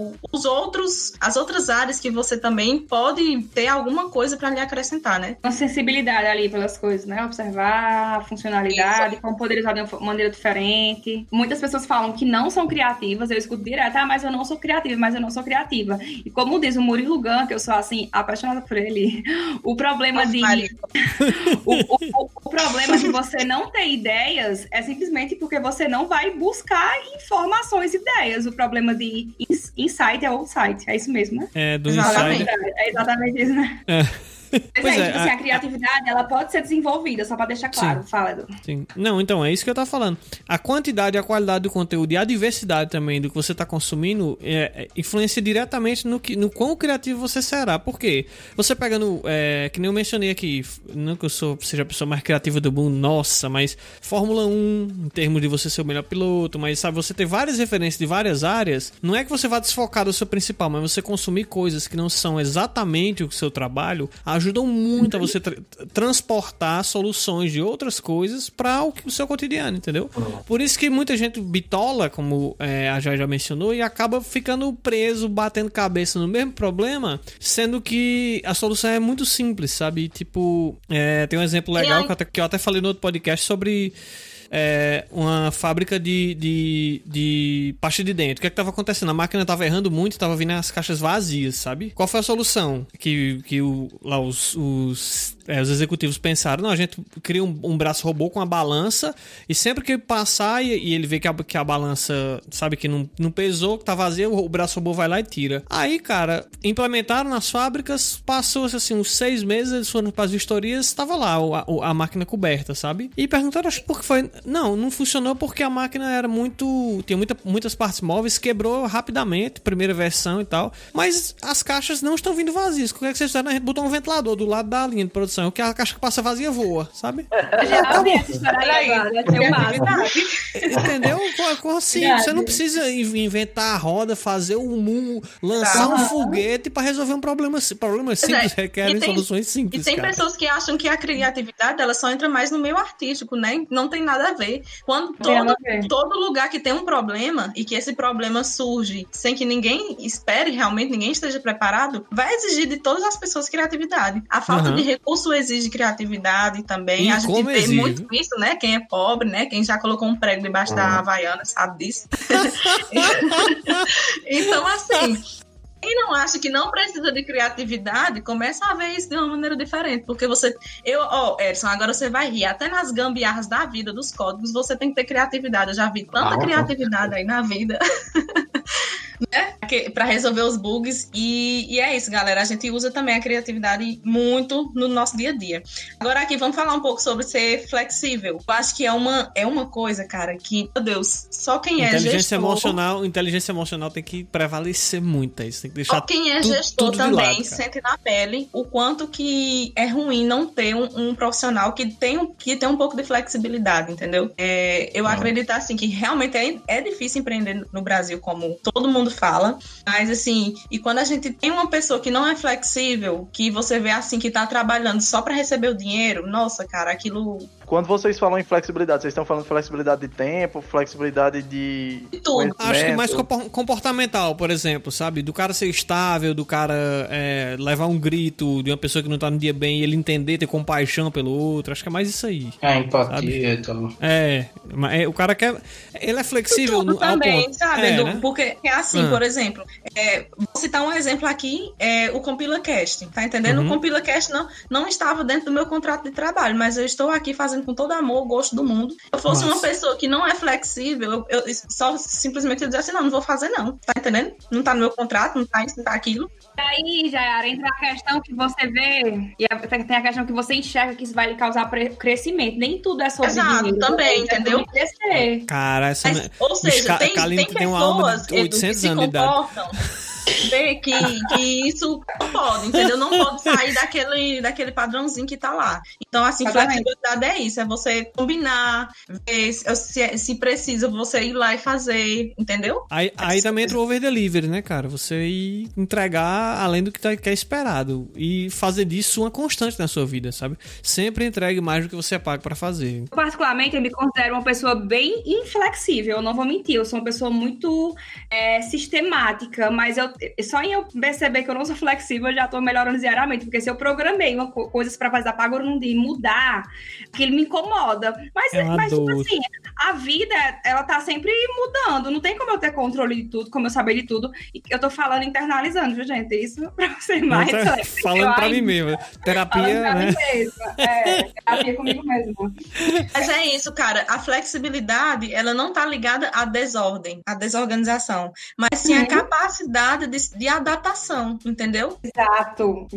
as outras áreas que você também pode ter alguma coisa para lhe acrescentar, né? Uma sensibilidade ali pelas coisas, né? Observar a funcionalidade, como poder usar de uma maneira diferente. Muitas pessoas falam que não são criativas, eu escuto direto, mas eu não sou criativa, E como diz o Murilo Gun, que eu sou, assim, apaixonada por ele, o problema o problema de você não ter ideias é simplesmente porque você não vai buscar informações e ideias. O problema de insight é outsight, é isso mesmo, né? Do insight. É exatamente isso, né? A criatividade, ela pode ser desenvolvida, só pra deixar claro. Sim. Fala, Edu. Sim. Não, então, é isso que eu tava falando. A quantidade e a qualidade do conteúdo e a diversidade também do que você tá consumindo influencia diretamente no quão criativo você será. Por quê? Você pegando, que nem eu mencionei aqui, não que eu seja a pessoa mais criativa do mundo, nossa, mas Fórmula 1, em termos de você ser o melhor piloto, mas sabe, você ter várias referências de várias áreas, não é que você vá desfocar do seu principal, mas você consumir coisas que não são exatamente o seu trabalho, ajudam muito a você transportar soluções de outras coisas para o seu cotidiano, entendeu? Por isso que muita gente bitola, como a Jai já mencionou, e acaba ficando preso, batendo cabeça no mesmo problema, sendo que a solução é muito simples, sabe? Tipo, tem um exemplo legal que eu até falei no outro podcast sobre uma fábrica de pasta de dente. O que é que tava acontecendo? A máquina tava errando muito e tava vindo as caixas vazias, sabe? Qual foi a solução? Que os executivos pensaram, não, a gente cria um braço robô com a balança e sempre que passar e ele vê que a balança, sabe, que não pesou, que tá vazio, o braço robô vai lá e tira. Aí, cara, implementaram nas fábricas, passou assim uns 6 meses, eles foram para as vistorias, tava lá a máquina coberta, sabe? E perguntaram, acho, por que foi? Não funcionou porque a máquina era tinha muitas partes móveis, quebrou rapidamente, primeira versão e tal, mas as caixas não estão vindo vazias. O que é que vocês fizeram? A gente botou um ventilador do lado da linha de produção, que a caixa que passa vazia voa, sabe? Entendeu? Assim, você não precisa inventar a roda, fazer lançar um foguete para resolver um problema. Problemas simples requerem soluções simples. E tem pessoas que acham que a criatividade ela só entra mais no meio artístico, né? Não tem nada nada a ver. Quando todo lugar que tem um problema e que esse problema surge sem que ninguém espere, realmente ninguém esteja preparado, vai exigir de todas as pessoas criatividade. A falta de recurso exige criatividade também. A gente vê muito isso, né? Quem é pobre, né? Quem já colocou um prego debaixo da Havaiana sabe disso. Então, assim, quem não acha que não precisa de criatividade, começa a ver isso de uma maneira diferente. Porque Edson, agora você vai rir. Até nas gambiarras da vida, dos códigos, você tem que ter criatividade. Eu já vi tanta criatividade aí na vida. Né? Para resolver os bugs. E é isso, galera. A gente usa também a criatividade muito no nosso dia a dia. Agora aqui, vamos falar um pouco sobre ser flexível. Eu acho que é uma coisa, cara, que, meu Deus, só quem é gestor... Inteligência emocional tem que prevalecer muito. Isso tem que deixar quem é gestor também sente na pele o quanto que é ruim não ter um profissional que tem um pouco de flexibilidade, entendeu? Eu acredito, assim, que realmente é difícil empreender no Brasil, como todo mundo fala, mas assim, e quando a gente tem uma pessoa que não é flexível, que você vê assim, que tá trabalhando só pra receber o dinheiro, nossa, cara, aquilo... Quando vocês falam em flexibilidade, vocês estão falando de flexibilidade de tempo, flexibilidade de tudo. Acho que mais comportamental, por exemplo, sabe? Do cara ser estável, do cara levar um grito de uma pessoa que não tá no dia bem e ele entender, ter compaixão pelo outro. Acho que é mais isso aí. Empatia e tal. O cara quer... Ele é flexível tudo também, sabe? Né? Porque é assim, por exemplo, vou citar um exemplo aqui, o CompilaCast, tá entendendo? O CompilaCast não estava dentro do meu contrato de trabalho, mas eu estou aqui fazendo com todo amor, gosto do mundo. Se eu fosse uma pessoa que não é flexível, eu só simplesmente ia dizer assim, não vou fazer não, tá entendendo? Não tá no meu contrato, não tá isso, não tá aquilo. Aí, Jaiara, entra a questão que você vê, e tem a questão que você enxerga que isso vai lhe causar crescimento. Nem tudo é sobre dinheiro. Também, entendeu? Cara, essa... Ou seja, tem pessoas que se comportam... ver que isso não pode, entendeu? Não pode sair daquele padrãozinho que tá lá. Então, assim, flexibilidade é isso, é você combinar, ver se precisa você ir lá e fazer, entendeu? Aí também entra o over delivery, né, cara? Você ir entregar além do que é esperado e fazer disso uma constante na sua vida, sabe? Sempre entregue mais do que você paga pra fazer. Particularmente, eu me considero uma pessoa bem inflexível, eu não vou mentir, eu sou uma pessoa muito sistemática, mas só em eu perceber que eu não sou flexível, eu já tô melhorando diariamente, porque se eu programei coisas pra fazer a Paguro num dia e mudar, aquilo me incomoda. Mas tipo assim, a vida, ela tá sempre mudando, não tem como eu ter controle de tudo, como eu saber de tudo, e eu tô falando internalizando, viu, gente? Isso pra você mais falando pra mim mesmo. Terapia, pra né? mim mesmo. Terapia comigo mesmo. Mas é isso, cara, a flexibilidade, ela não tá ligada à desordem, à desorganização, mas sim à capacidade de adaptação, entendeu? Exato.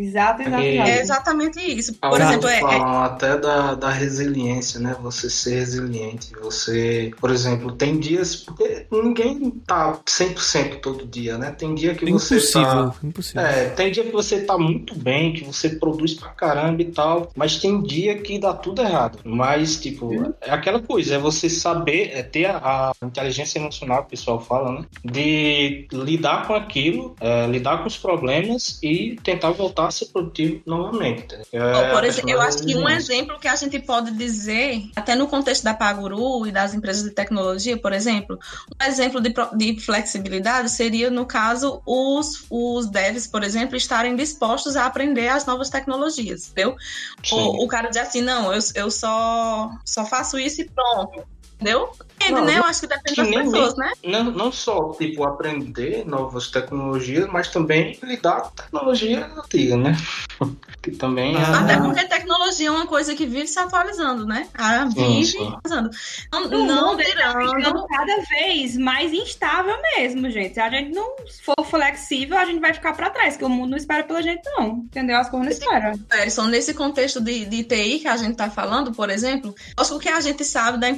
É exatamente isso. Por exemplo, falam até da resiliência, né? Você ser resiliente. Você, por exemplo, tem dias... Porque ninguém tá 100% todo dia, né? Tem dia que você Impossível. Tem dia que você tá muito bem, que você produz pra caramba e tal, mas tem dia que dá tudo errado. Mas, tipo, é aquela coisa, é você saber, ter a inteligência emocional que o pessoal fala, né? De lidar com aquilo, lidar com os problemas e tentar voltar a ser produtivo novamente. Por exemplo, eu acho que um exemplo que a gente pode dizer, até no contexto da Paguru e das empresas de tecnologia, por exemplo, um exemplo de flexibilidade seria, no caso, os devs, por exemplo, estarem dispostos a aprender as novas tecnologias, entendeu? O cara diz assim, não, eu só faço isso e pronto. Entendeu? Né? Eu acho que depende das pessoas, né? Não só, tipo, aprender novas tecnologias, mas também lidar com tecnologia antiga, né? Que também Até porque tecnologia é uma coisa que vive se atualizando, né? Vive atualizando. Não ficando cada vez mais instável mesmo, gente. Se a gente não for flexível, a gente vai ficar pra trás, porque o mundo não espera pela gente, não. Entendeu? As coisas não esperam. Nesse contexto de TI que a gente tá falando, por exemplo, acho que a gente sabe da importância da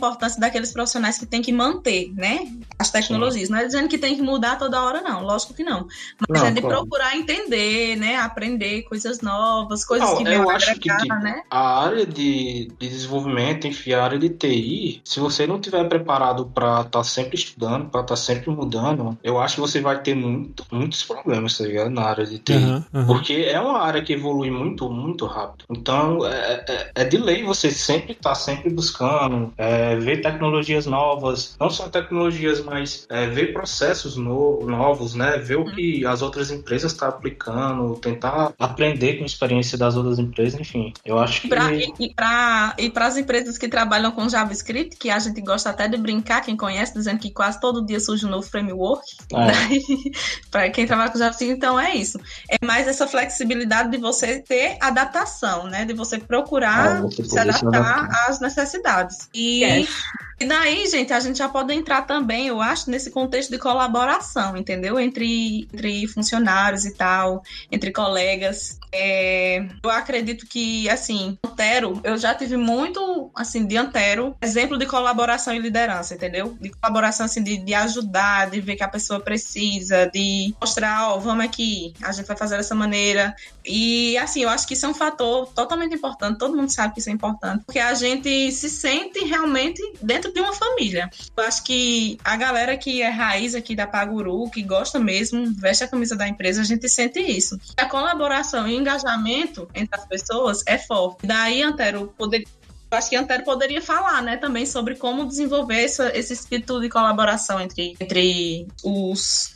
daqueles profissionais que tem que manter, né, as tecnologias. Sim. Não é dizendo que tem que mudar toda hora, não. Lógico que não. Mas é de procurar entender, né, aprender coisas novas, coisas que eu acho que tipo, né? A área de desenvolvimento, enfim, a área de TI, se você não tiver preparado para estar sempre estudando, para estar sempre mudando, eu acho que você vai ter muitos problemas, tá ligado? Na área de TI. Porque é uma área que evolui muito, muito rápido. Então, é de lei você sempre estar sempre buscando, ver tecnologias novas, não só tecnologias, mas ver processos novos, né? Ver o que as outras empresas estão aplicando, tentar aprender com a experiência das outras empresas, enfim. Eu acho que... E para as empresas que trabalham com JavaScript, que a gente gosta até de brincar, quem conhece, dizendo que quase todo dia surge um novo framework, para quem trabalha com JavaScript, então é isso. É mais essa flexibilidade de você ter adaptação, né? De você procurar se adaptar às necessidades. E daí, gente, a gente já pode entrar também, eu acho, nesse contexto de colaboração, entendeu? Entre funcionários e tal, entre colegas. Eu acredito que, assim, eu já tive muito, assim, dianteiro, exemplo de colaboração e liderança, entendeu? De colaboração, assim, de ajudar, de ver que a pessoa precisa, de mostrar, vamos aqui, a gente vai fazer dessa maneira. E, assim, eu acho que isso é um fator totalmente importante, todo mundo sabe que isso é importante, porque a gente se sente realmente dentro de uma família. Eu acho que a galera que é raiz aqui da Paguru, que gosta mesmo, veste a camisa da empresa, a gente sente isso. A colaboração e o engajamento entre as pessoas é forte. Daí, Antero, eu acho que Antero poderia falar, né, também sobre como desenvolver esse espírito de colaboração entre os...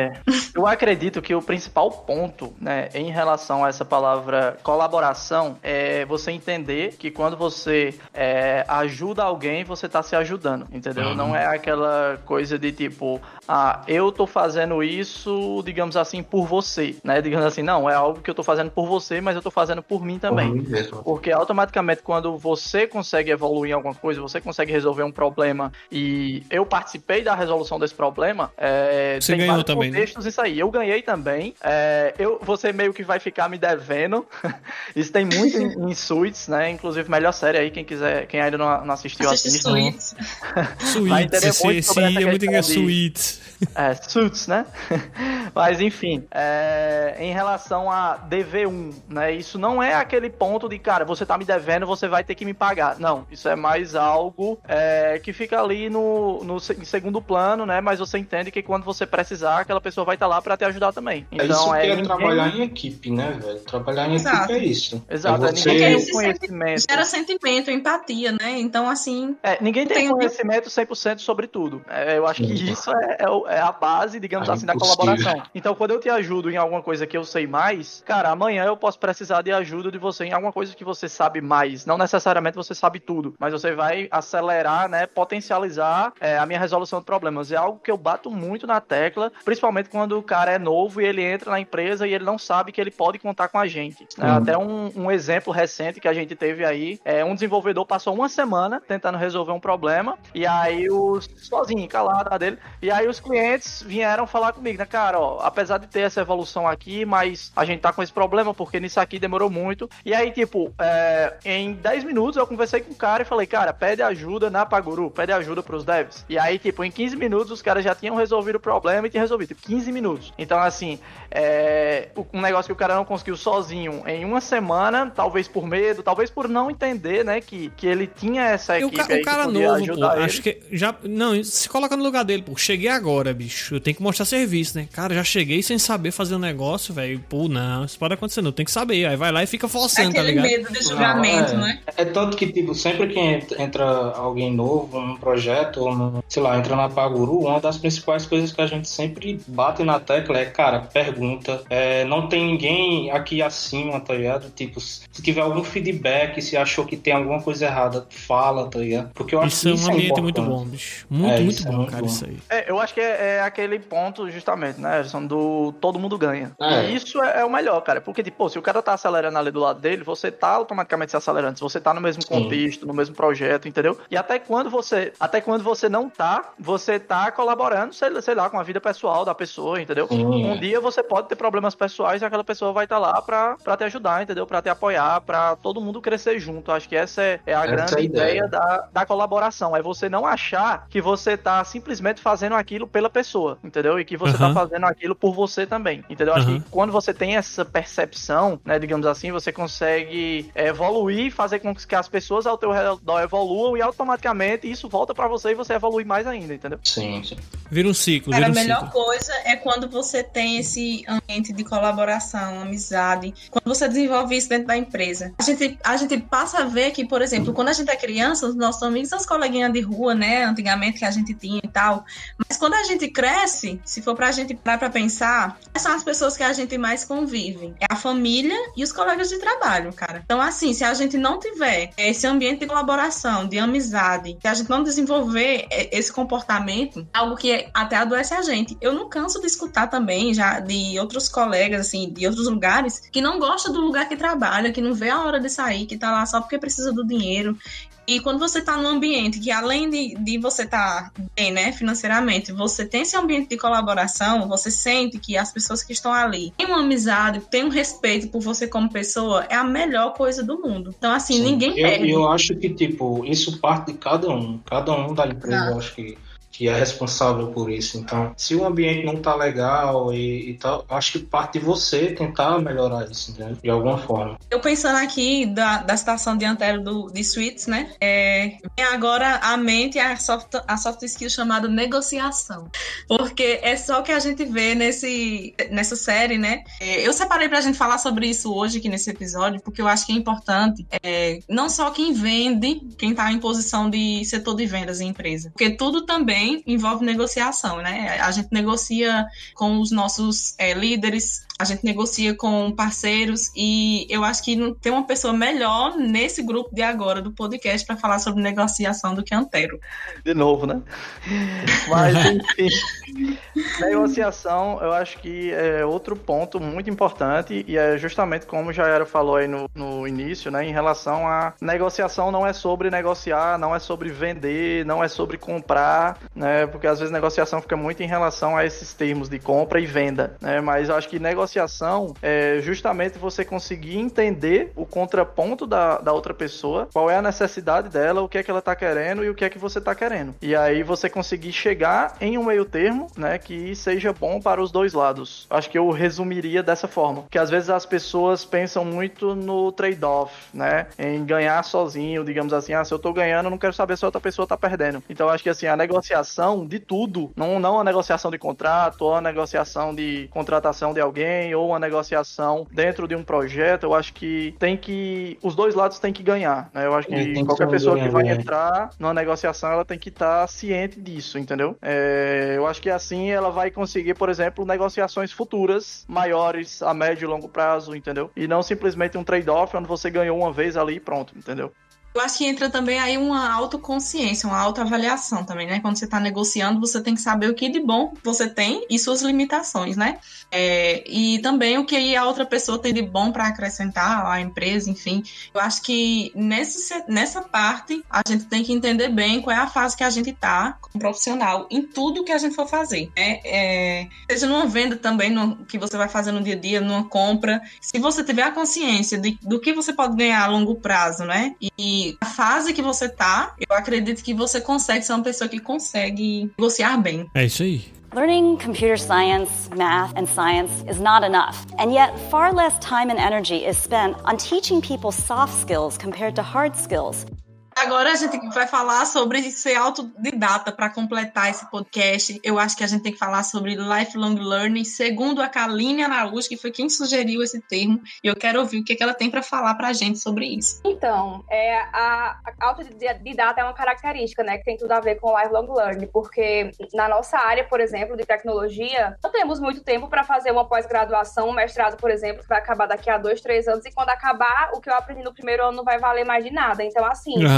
Eu acredito que o principal ponto, né, em relação a essa palavra colaboração é você entender que quando você ajuda alguém, você está se ajudando, entendeu? Não é aquela coisa de tipo, eu tô fazendo isso, digamos assim, por você, né? Digamos assim, não, é algo que eu tô fazendo por você, mas eu tô fazendo por mim também. Porque automaticamente quando você consegue evoluir em alguma coisa, você consegue resolver um problema e eu participei da resolução desse problema, você ganhou também, contextos, né? Isso aí, eu ganhei também. Você meio que vai ficar me devendo. Isso tem muito em Suits, né? Inclusive, melhor série aí, quem ainda não assistiu, assiste. Suits. Suits, é muito engraçado. Suits. Suits, né? Mas, enfim, em relação a DV1, né? Isso não é aquele ponto de, cara, você tá me devendo, você vai ter que me pagar. Não, isso é mais algo que fica ali em segundo plano, né? Mas você entende que quando você precisar, aquela pessoa vai estar lá pra te ajudar também. Então, isso que é trabalhar em equipe, né, velho? Trabalhar em equipe é isso. Exato, você... ninguém tem o conhecimento. Gera sentimento, empatia, né? Então, assim... ninguém tem conhecimento 100% sobre tudo. Eu acho que isso é a base, digamos assim, da colaboração. Então, quando eu te ajudo em alguma coisa que eu sei mais, cara, amanhã eu posso precisar de ajuda de você em alguma coisa que você sabe mais. Não necessariamente você sabe tudo, mas você vai acelerar, né, potencializar a minha resolução de problemas. É algo que eu bato muito na tecla, principalmente quando o cara é novo e ele entra na empresa e ele não sabe que ele pode contar com a gente. Até um exemplo recente que a gente teve aí, um desenvolvedor passou uma semana tentando resolver um problema, e aí sozinho, calado dele, e aí os clientes vieram falar comigo, né, cara, apesar de ter essa evolução aqui, mas a gente tá com esse problema porque nisso aqui demorou muito. E aí, tipo, em 10 minutos eu conversei com o cara e falei, cara, pede ajuda na Paguru, pede ajuda pros devs. E aí, tipo, em 15 minutos os caras já tinham resolvido o problema e tinham resolvido, tipo, 15 minutos. Então, assim, um negócio que o cara não conseguiu sozinho em uma semana, talvez por medo, talvez por não entender, né, que ele tinha essa equipe aí o cara que podia novo, ajudar pô, ele. acho que já... Não, se coloca no lugar dele, pô. Cheguei agora, bicho. Eu tenho que mostrar serviço, né? Cara, já cheguei sem saber fazer um negócio, velho. Pô, não, isso pode acontecer, não. Tem que saber. Aí vai lá e fica forçando, tá ligado? Aquele medo de julgamento, né? É tanto que, tipo, sempre que entra alguém novo num projeto, ou sei lá, entra na Paguru, uma das principais coisas que a gente sempre bate na tecla cara, pergunta. Não tem ninguém aqui acima, tá ligado? Tipo, se tiver algum feedback, se achou que tem alguma coisa errada, fala, tá ligado? Porque eu acho que isso é um ambiente muito bom, bicho. Muito bom, cara, isso aí. Eu acho que é aquele ponto, justamente, né, Edson, do todo mundo ganha. E isso é o melhor, cara. Porque, tipo, se o cara tá acelerando ali do lado dele, você tá automaticamente se acelerando. Se você tá no mesmo contexto, no mesmo projeto, entendeu? E até quando você não tá, você tá colaborando, sei lá, com a vida pessoal pessoal da pessoa, entendeu? Sim. Um dia você pode ter problemas pessoais e aquela pessoa vai estar lá pra te ajudar, entendeu? Pra te apoiar, pra todo mundo crescer junto. Acho que essa é a grande ideia da colaboração. É você não achar que você tá simplesmente fazendo aquilo pela pessoa, entendeu? E que você tá fazendo aquilo por você também, entendeu? Acho que quando você tem essa percepção, né, digamos assim, você consegue evoluir, fazer com que as pessoas ao teu redor evoluam e automaticamente isso volta pra você e você evolui mais ainda, entendeu? Sim, sim. Vira um ciclo. Cara, a melhor coisa é quando você tem esse ambiente de colaboração, amizade, quando você desenvolve isso dentro da empresa. A gente passa a ver que, por exemplo, quando a gente é criança, os nossos amigos são as coleguinhas de rua, né, antigamente que a gente tinha e tal, mas quando a gente cresce, se for pra gente parar pra pensar, são as pessoas que a gente mais convive. É a família e os colegas de trabalho, cara. Então, assim, se a gente não tiver esse ambiente de colaboração, de amizade, se a gente não desenvolver esse comportamento, algo que até adoece a gente. Eu não canso de escutar também, já, de outros colegas, assim, de outros lugares, que não gostam do lugar que trabalha, que não vê a hora de sair, que tá lá só porque precisa do dinheiro. E quando você tá num ambiente que, além de você tá bem, né, financeiramente, você tem esse ambiente de colaboração, você sente que as pessoas que estão ali têm uma amizade, têm um respeito por você como pessoa, é a melhor coisa do mundo. Então, assim, ninguém perde. Eu acho que, tipo, isso parte de cada um da empresa, eu acho que é responsável por isso. Então, se o ambiente não tá legal e tal, acho que parte de você tentar melhorar isso, né? De alguma forma. Eu pensando aqui da situação de Antero de Suits, né? Vem agora à mente a soft skill chamada negociação. Porque é só o que a gente vê nessa série, né? Eu separei pra gente falar sobre isso hoje aqui nesse episódio, porque eu acho que é importante. Não só quem vende, quem tá em posição de setor de vendas em empresa. Porque tudo também envolve negociação, né? A gente negocia com os nossos líderes, a gente negocia com parceiros e eu acho que não tem uma pessoa melhor nesse grupo de agora do podcast para falar sobre negociação do que Antero. De novo, né? Mas, enfim, negociação eu acho que é outro ponto muito importante e é justamente como já era falou aí no início, né? Em relação a negociação não é sobre negociar, não é sobre vender, não é sobre comprar, né? Porque às vezes negociação fica muito em relação a esses termos de compra e venda, né? Mas eu acho que negociação é justamente você conseguir entender o contraponto da outra pessoa, qual é a necessidade dela, o que é que ela tá querendo e o que é que você tá querendo. E aí você conseguir chegar em um meio termo, né, que seja bom para os dois lados. Acho que eu resumiria dessa forma. Porque às vezes as pessoas pensam muito no trade-off, né, em ganhar sozinho, digamos assim, se eu tô ganhando, eu não quero saber se a outra pessoa tá perdendo. Então acho que assim, a negociação de tudo, não a negociação de contrato, ou a negociação de contratação de alguém, ou uma negociação dentro de um projeto, eu acho que os dois lados têm que ganhar, né? Eu acho que qualquer pessoa que vai entrar numa negociação, ela tem que estar ciente disso, entendeu? Eu acho que assim ela vai conseguir, por exemplo, negociações futuras maiores a médio e longo prazo, entendeu? E não simplesmente um trade-off onde você ganhou uma vez ali e pronto, entendeu? Eu acho que entra também aí uma autoconsciência, uma autoavaliação também, né? Quando você está negociando, você tem que saber o que de bom você tem e suas limitações, né? E também o que a outra pessoa tem de bom para acrescentar à empresa, enfim. Eu acho que nessa parte a gente tem que entender bem qual é a fase que a gente está como profissional em tudo que a gente for fazer, né? Seja numa venda também, que você vai fazer no dia a dia, numa compra. Se você tiver a consciência do que você pode ganhar a longo prazo, né? E a fase que você tá, eu acredito que você consegue ser uma pessoa que consegue negociar bem. É isso aí. Learning computer science, math, and science is not enough. And yet, far less time and energy is spent on teaching people soft skills compared to hard skills. Agora a gente vai falar sobre ser autodidata para completar esse podcast. Eu acho que a gente tem que falar sobre lifelong learning, segundo a Kaline Araújo, que foi quem sugeriu esse termo. E eu quero ouvir o que ela tem para falar para a gente sobre isso. Então, a autodidata é uma característica, né, que tem tudo a ver com lifelong learning, porque na nossa área, por exemplo, de tecnologia, não temos muito tempo para fazer uma pós-graduação, um mestrado, por exemplo, que vai acabar daqui a 2, 3 anos, e quando acabar, o que eu aprendi no primeiro ano não vai valer mais de nada. Então, assim,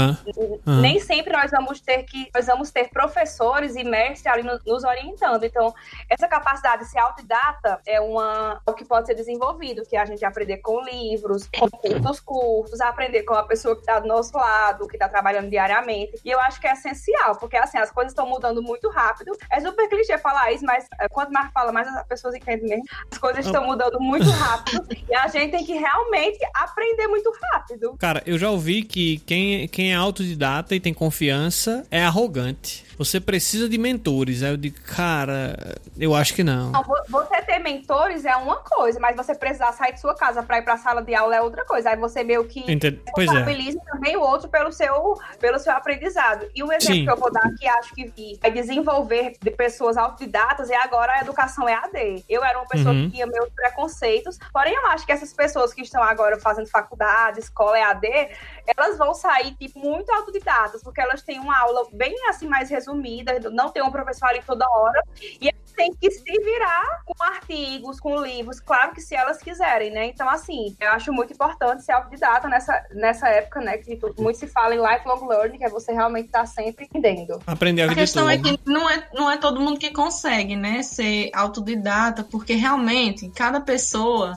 Nem sempre nós vamos ter professores e mestres ali nos orientando. Então, essa capacidade de ser autodidata é o que pode ser desenvolvido, que é a gente aprender com livros, com cursos curtos, aprender com a pessoa que está do nosso lado, que está trabalhando diariamente. E eu acho que é essencial, porque assim, as coisas estão mudando muito rápido. É super clichê falar isso, mas quanto mais fala, mais as pessoas entendem mesmo. As coisas estão mudando muito rápido e a gente tem que realmente aprender muito rápido. Cara, eu já ouvi que quem é autodidata e tem confiança é arrogante. Você precisa de mentores. Aí eu digo, cara, eu acho que não. Você ter mentores é uma coisa, mas você precisar sair de sua casa pra ir pra sala de aula é outra coisa. Aí você meio que responsabiliza também o outro pelo seu aprendizado. E o exemplo que eu vou dar aqui, acho que vai desenvolver de pessoas autodidatas é agora a educação EAD. Eu era uma pessoa que tinha meus preconceitos, porém eu acho que essas pessoas que estão agora fazendo faculdade, escola EAD, elas vão sair, tipo, muito autodidatas, porque elas têm uma aula bem, assim, mais resumida, não tem um professor ali toda hora, e elas têm que se virar com artigos, com livros, claro que se elas quiserem, né? Então, assim, eu acho muito importante ser autodidata nessa época, né, que muito se fala em lifelong learning, que é você realmente estar sempre aprendendo. Aprender a vida toda. A questão é que não é todo mundo que consegue, né, ser autodidata, porque realmente cada pessoa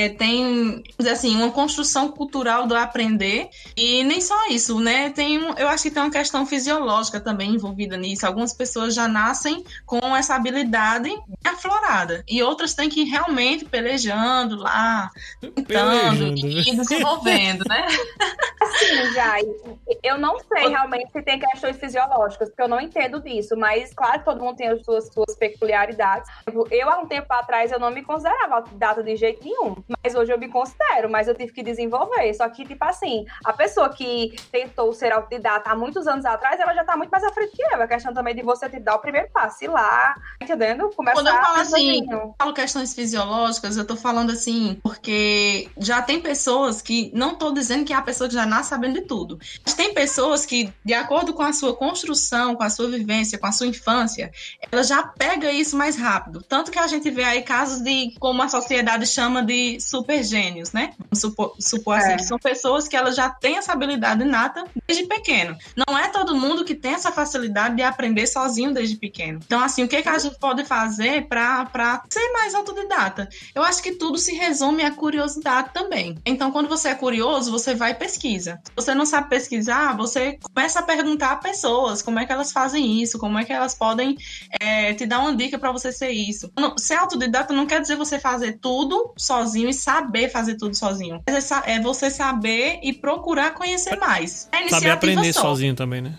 tem, assim, uma construção cultural do aprender, e nem só isso, né, eu acho que tem uma questão fisiológica também envolvida nisso. Algumas pessoas já nascem com essa habilidade aflorada, e outras têm que ir realmente pelejando lá, tentando e desenvolvendo, né? Assim, Jai, eu não sei realmente se tem questões fisiológicas, porque eu não entendo disso, mas claro que todo mundo tem as suas peculiaridades. Eu, há um tempo atrás, eu não me considerava autodidata de jeito nenhum, mas hoje eu me considero, mas eu tive que desenvolver. Só que, tipo assim, a pessoa que tentou ser autodidata há muitos anos atrás, ela já tá muito mais à frente que eu. A questão também de você te dar o primeiro passo, ir lá, entendendo? Começar. Quando eu falo assim, falo questões fisiológicas, eu tô falando assim, porque já tem pessoas que, não tô dizendo que é a pessoa que já nasce sabendo de tudo, mas tem pessoas que, de acordo com a sua construção, com a sua vivência, com a sua infância, ela já pega isso mais rápido. Tanto que a gente vê aí casos de, como a sociedade chama de super gênios, né? Vamos supor assim, que são pessoas que elas já têm essa habilidade inata desde pequeno. Não é todo mundo que tem essa facilidade de aprender sozinho desde pequeno. Então, assim, o que a gente pode fazer para ser mais autodidata? Eu acho que tudo se resume à curiosidade também. Então, quando você é curioso, você vai e pesquisa. Se você não sabe pesquisar, você começa a perguntar a pessoas como é que elas fazem isso, como é que elas podem te dar uma dica para você ser isso. Ser autodidata não quer dizer você fazer tudo sozinho e saber fazer tudo sozinho. É você saber e procurar conhecer mais. Saber aprender sozinho também, né?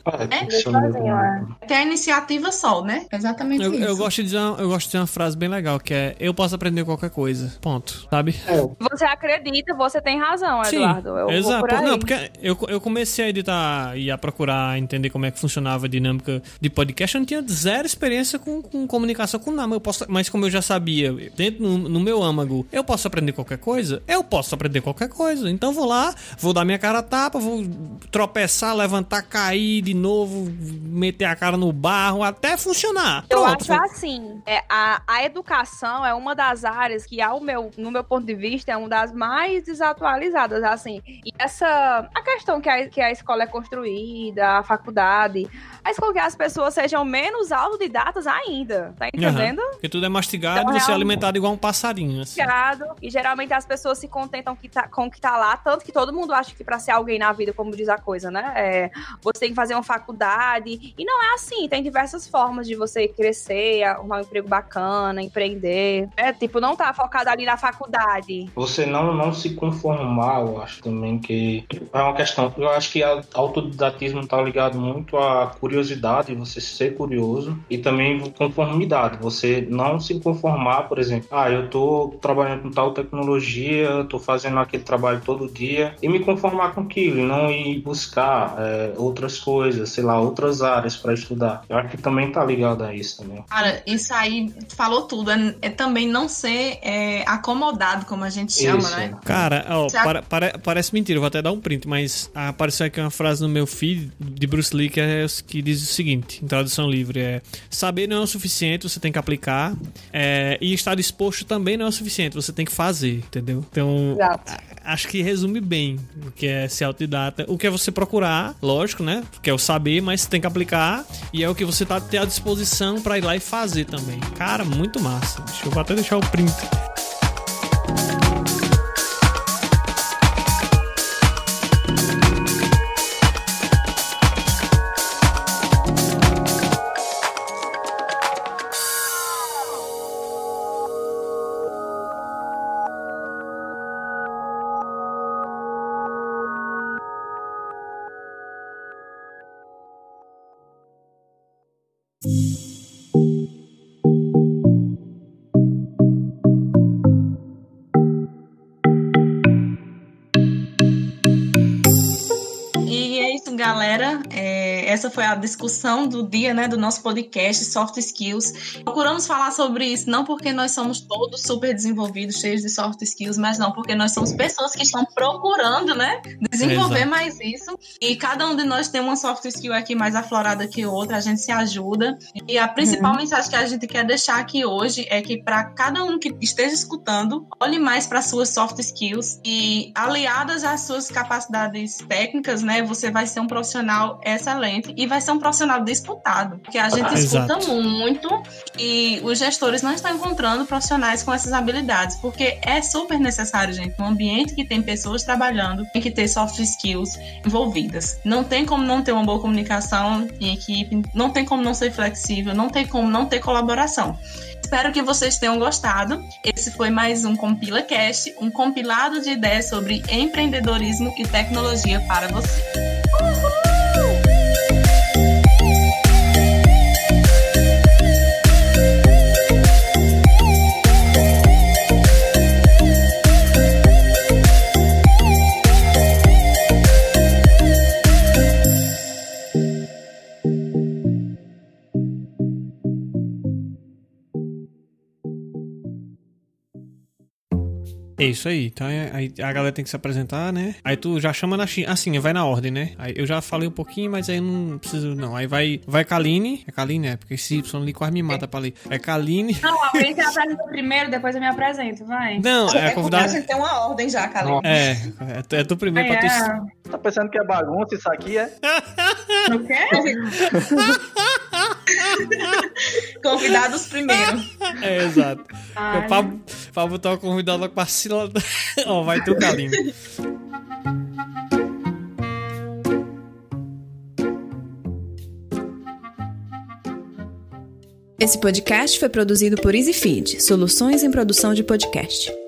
Tem a iniciativa só, né? Exatamente isso. Eu gosto de dizer uma frase bem legal, que é: eu posso aprender qualquer coisa. Ponto. Sabe? Você acredita, você tem razão, Eduardo. Sim, exato. Não, porque eu comecei a editar e a procurar entender como é que funcionava a dinâmica de podcast. Eu não tinha zero experiência com comunicação com nada. Mas como eu já sabia, dentro no meu âmago, eu posso aprender qualquer coisa? Eu posso aprender qualquer coisa. Então vou lá, vou dar minha cara a tapa, vou tropeçar, levantar, cair de novo, meter a cara no barro, até funcionar. Eu acho assim, a educação é uma das áreas que, no meu ponto de vista, é uma das mais desatualizadas, assim. E a questão que a escola é construída, a faculdade, faz com que as pessoas sejam menos autodidatas ainda, tá entendendo? Porque tudo é mastigado, então, você é alimentado igual um passarinho. Assim. E geralmente as pessoas se contentam com o que tá lá, tanto que todo mundo acha que pra ser alguém na vida, como diz a coisa, né? Você tem que fazer uma faculdade, e não é assim, tem diversas formas de você crescer, arrumar um emprego bacana, empreender. Não tá focado ali na faculdade. Você não se conformar, eu acho também que é uma questão. Eu acho que o autodidatismo tá ligado muito à curiosidade, você ser curioso, e também conformidade. Você não se conformar, por exemplo, eu tô trabalhando com tal tecnologia, tô fazendo aquele trabalho todo dia, e me conformar com aquilo, e não ir buscar outras coisas, sei lá, outras áreas para estudar. Eu acho que também tá ligado a isso também. Cara, isso aí falou tudo. É também não ser acomodado, como a gente chama, Isso. né? Cara, ó, parece mentira, eu vou até dar um print, mas apareceu aqui uma frase no meu feed de Bruce Lee que diz o seguinte, em tradução livre, saber não é o suficiente, você tem que aplicar, e estar disposto também não é o suficiente, você tem que fazer, entendeu? Então, acho que resume bem o que é ser autodidata, o que é você procurar, lógico, né? Que é o saber, mas você tem que aplicar, e é o que você ter à disposição pra ir lá e fazer também. Cara, muito massa. Eu vou até deixar o print. Galera, essa foi a discussão do dia, né, do nosso podcast Soft Skills. Procuramos falar sobre isso não porque nós somos todos super desenvolvidos, cheios de soft skills, mas não porque nós somos pessoas que estão procurando, né, desenvolver mais isso. E cada um de nós tem uma soft skill aqui mais aflorada que outra, a gente se ajuda. E a principal mensagem que a gente quer deixar aqui hoje é que para cada um que esteja escutando, olhe mais para suas soft skills e aliadas às suas capacidades técnicas, né, você vai ser um profissional excelente e vai ser um profissional disputado, porque a gente escuta muito e os gestores não estão encontrando profissionais com essas habilidades, porque é super necessário, gente, um ambiente que tem pessoas trabalhando, tem que ter soft skills envolvidas. Não tem como não ter uma boa comunicação em equipe, não tem como não ser flexível, não tem como não ter colaboração. Espero que vocês tenham gostado. Esse foi mais um CompilaCast, um compilado de ideias sobre empreendedorismo e tecnologia para você. É isso aí. Então aí a galera tem que se apresentar, né? Aí tu já chama na China. Assim, vai na ordem, né? Aí eu já falei um pouquinho, mas aí eu não preciso, não. Aí vai Kaline. É Kaline, porque esse Y ali quase me mata pra ler. É Kaline. Não, alguém se apresenta primeiro, depois eu me apresento, vai. Não, é convidado. A gente tem uma ordem já, Kaline. É tu primeiro pra tu. Tá pensando que é bagunça isso aqui, é? O quê? Convidados primeiro. É, exato. Pra botar o convidado logo pra cima. Ó, vai tu, Kaline. Esse podcast foi produzido por EasyFeed, soluções em produção de podcast.